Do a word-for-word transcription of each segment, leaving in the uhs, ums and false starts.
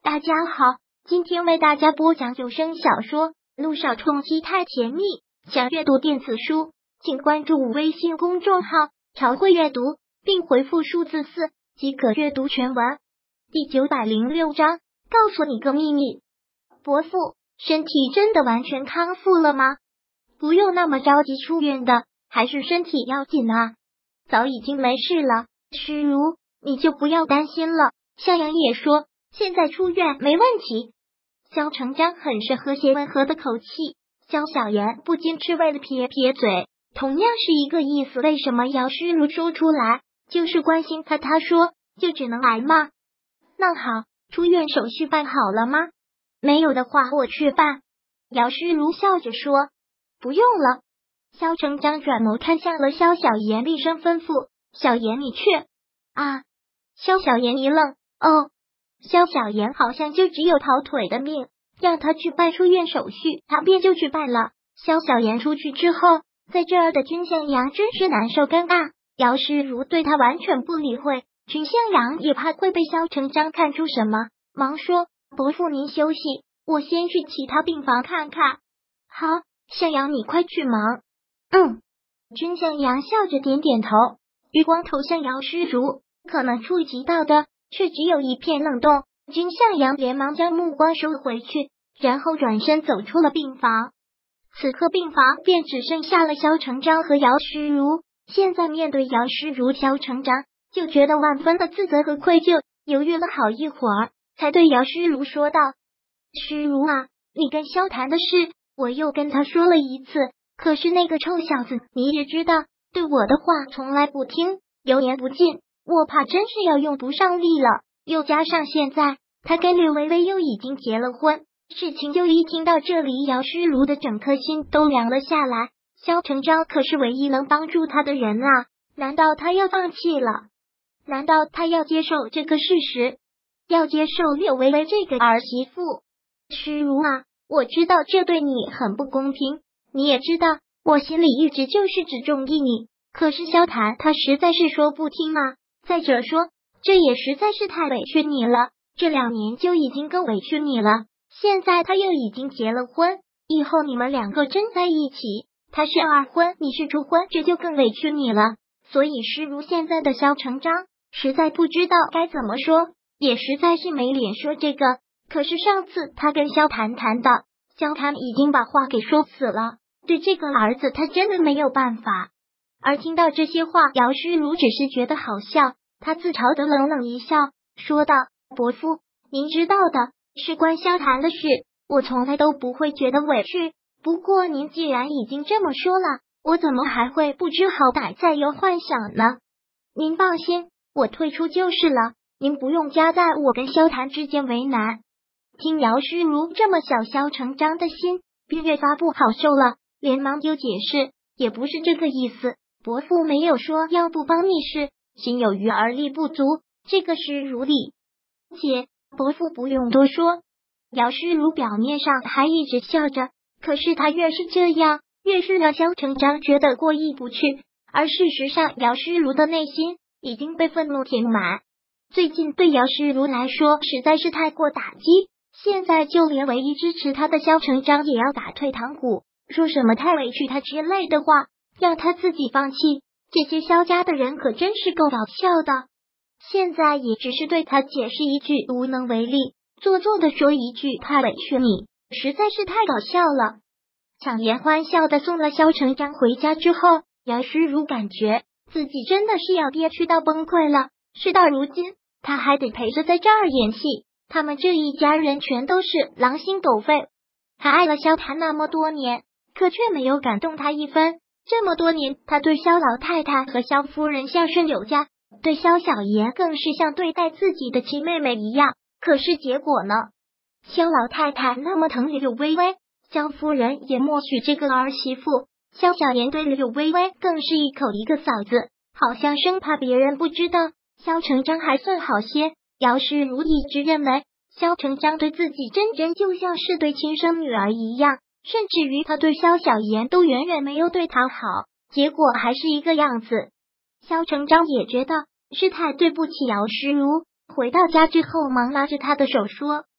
大家好，今天为大家播讲有声小说《路上冲击太甜蜜》。想阅读电子书，请关注微信公众号朝会阅读，并回复数字四即可阅读全文。第九百零六章，告诉你个秘密。伯父，身体真的完全康复了吗？不用那么着急出院的，还是身体要紧啊。早已经没事了，诗如，你就不要担心了。向阳也说，现在出院没问题。萧成章很是和谐温和的口气，萧小言不禁吃味的撇撇嘴，同样是一个意思。为什么姚诗如说出来，就是关心他？他说就只能挨骂。那好，出院手续办好了吗？没有的话我去办。姚诗如笑着说。不用了。萧成章转眸看向了萧小言，厉声吩咐，小言你去。啊！萧小言一愣，哦。萧小言好像就只有跑腿的命，让他去办出院手续，他便就去办了。萧小言出去之后，在这儿的君向阳真是难受尴尬。姚诗如对他完全不理会，君向阳也怕会被萧成章看出什么，忙说：“伯父您休息，我先去其他病房看看。”好，向阳你快去忙。嗯。君向阳笑着点点头，余光投向姚诗如，可能触及到的却只有一片冷冻。君向阳连忙将目光收回去，然后转身走出了病房。此刻病房便只剩下了萧成章和姚诗如。现在面对姚诗如，萧成章就觉得万分的自责和愧疚，犹豫了好一会儿，才对姚诗如说道：“诗如啊，你跟萧谈的事，我又跟他说了一次，可是那个臭小子你也知道，对我的话从来不听，油盐不进，我怕真是要用不上力了。又加上现在他跟柳微微又已经结了婚。”事情就一听到这里，姚诗如的整颗心都凉了下来。萧成章可是唯一能帮助他的人啊，难道他要放弃了？难道他要接受这个事实，要接受柳微微这个儿媳妇？诗如啊，我知道这对你很不公平，你也知道我心里一直就是只中意你，可是萧谈他实在是说不听啊。再者说，这也实在是太委屈你了，这两年就已经够委屈你了，现在他又已经结了婚，以后你们两个真在一起，他是二婚，你是初婚，这就更委屈你了。所以诗如现在的萧成章实在不知道该怎么说，也实在是没脸说这个。可是上次他跟萧谈谈的，萧谈已经把话给说死了，对这个儿子他真的没有办法。而听到这些话，姚诗如只是觉得好笑，他自嘲的冷冷一笑，说道：“伯父，您知道的，事关萧谈的事，我从来都不会觉得委屈。不过您既然已经这么说了，我怎么还会不知好歹再有幻想呢？您放心，我退出就是了，您不用夹在我跟萧谈之间为难。”听姚诗如这么小，萧成章的心便越发不好受了，连忙就解释，也不是这个意思，伯父没有说要不帮你事，心有余而力不足，这个是如理解，伯父不用多说。姚诗如表面上还一直笑着，可是他越是这样，越是让萧成章觉得过意不去，而事实上姚诗如的内心已经被愤怒填满。最近对姚诗如来说实在是太过打击，现在就连唯一支持他的萧成章也要打退堂鼓，说什么太委屈他之类的话，让他自己放弃。这些萧家的人可真是够搞笑的，现在也只是对他解释一句无能为力，做作的说一句太委屈你，实在是太搞笑了。强颜欢笑的送了萧成章回家之后，姚诗如感觉自己真的是要憋屈到崩溃了。事到如今，他还得陪着在这儿演戏，他们这一家人全都是狼心狗肺。他爱了萧谈那么多年，可却没有感动他一分。这么多年，他对萧老太太和萧夫人孝顺有加，对萧小爷更是像对待自己的亲妹妹一样。可是结果呢？萧老太太那么疼柳微微，萧夫人也默许这个儿媳妇，萧小言对柳微微更是一口一个嫂子，好像生怕别人不知道。萧成章还算好些，姚诗如一直认为萧成章对自己真真就像是对亲生女儿一样，甚至于他对萧小言都远远没有对他好，结果还是一个样子。萧成章也觉得是太对不起姚诗如，回到家之后忙拉着他的手说：“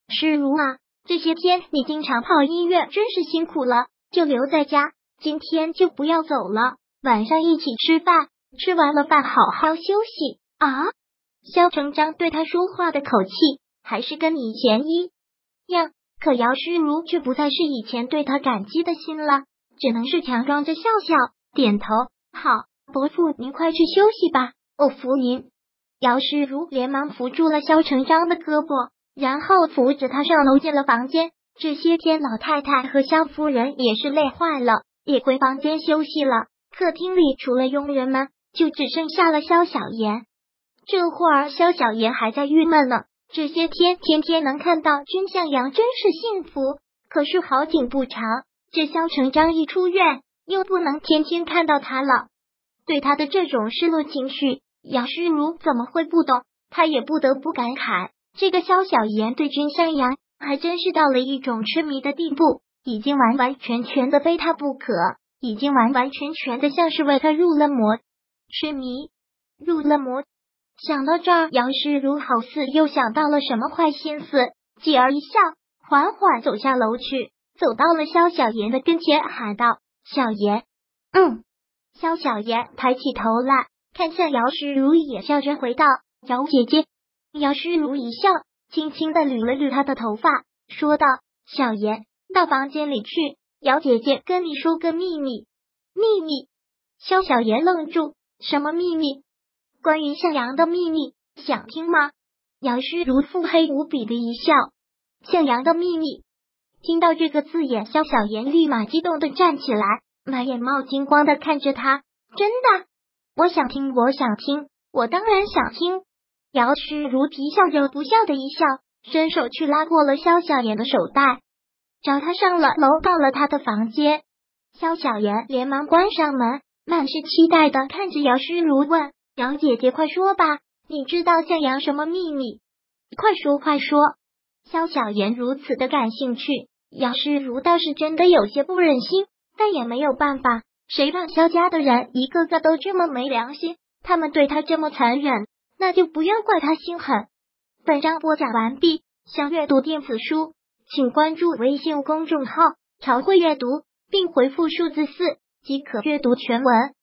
诗如啊，这些天你经常跑医院，真是辛苦了，就留在家，今天就不要走了，晚上一起吃饭，吃完了饭好好休息啊。萧成章对他说话的口气还是跟以前一样，可姚诗如却不再是以前对他感激的心了，只能是强装着笑笑，点头，好，伯父您快去休息吧，我扶您。姚诗如连忙扶住了萧成章的胳膊，然后扶着他上楼进了房间。这些天老太太和萧夫人也是累坏了，也回房间休息了。客厅里除了佣人们，就只剩下了萧小言。这会儿萧小言还在郁闷呢，这些天天天能看到君向阳真是幸福，可是好景不长，这萧成章一出院，又不能天天看到他了。对他的这种失落情绪，姚诗如怎么会不懂？他也不得不感慨，这个萧小言对君向阳还真是到了一种痴迷的地步，已经完完全全的非他不可，已经完完全全的像是为他入了魔。痴迷，入了魔。想到这儿，姚诗如好似又想到了什么坏心思，继而一笑，缓缓走下楼去，走到了萧小言的跟前，喊道：“小言。”嗯。萧小言抬起头来，看向姚诗如，也笑着回道：“姚姐姐。”姚诗如一笑，轻轻的捋了捋她的头发，说道：“小言，到房间里去，姚姐姐跟你说个秘密。”秘密？萧小言愣住，什么秘密？关于向阳的秘密，想听吗？姚诗如腹黑无比的一笑。向阳的秘密？听到这个字眼，萧小言立马激动的站起来，满眼冒金光的看着他。真的？我想听，我想听，我当然想听。姚诗如啼笑着不笑的一笑，伸手去拉过了萧小言的手带，找他上了楼，到了他的房间。萧小言连忙关上门，满是期待的看着姚诗如问：“姚姐姐快说吧，你知道向阳什么秘密？快说快说。”萧小言如此的感兴趣，姚诗如倒是真的有些不忍心，但也没有办法，谁让萧家的人一个个都这么没良心，他们对他这么残忍，那就不要怪他心狠。本章播讲完毕，想阅读电子书，请关注微信公众号朝会阅读，并回复数字四即可阅读全文。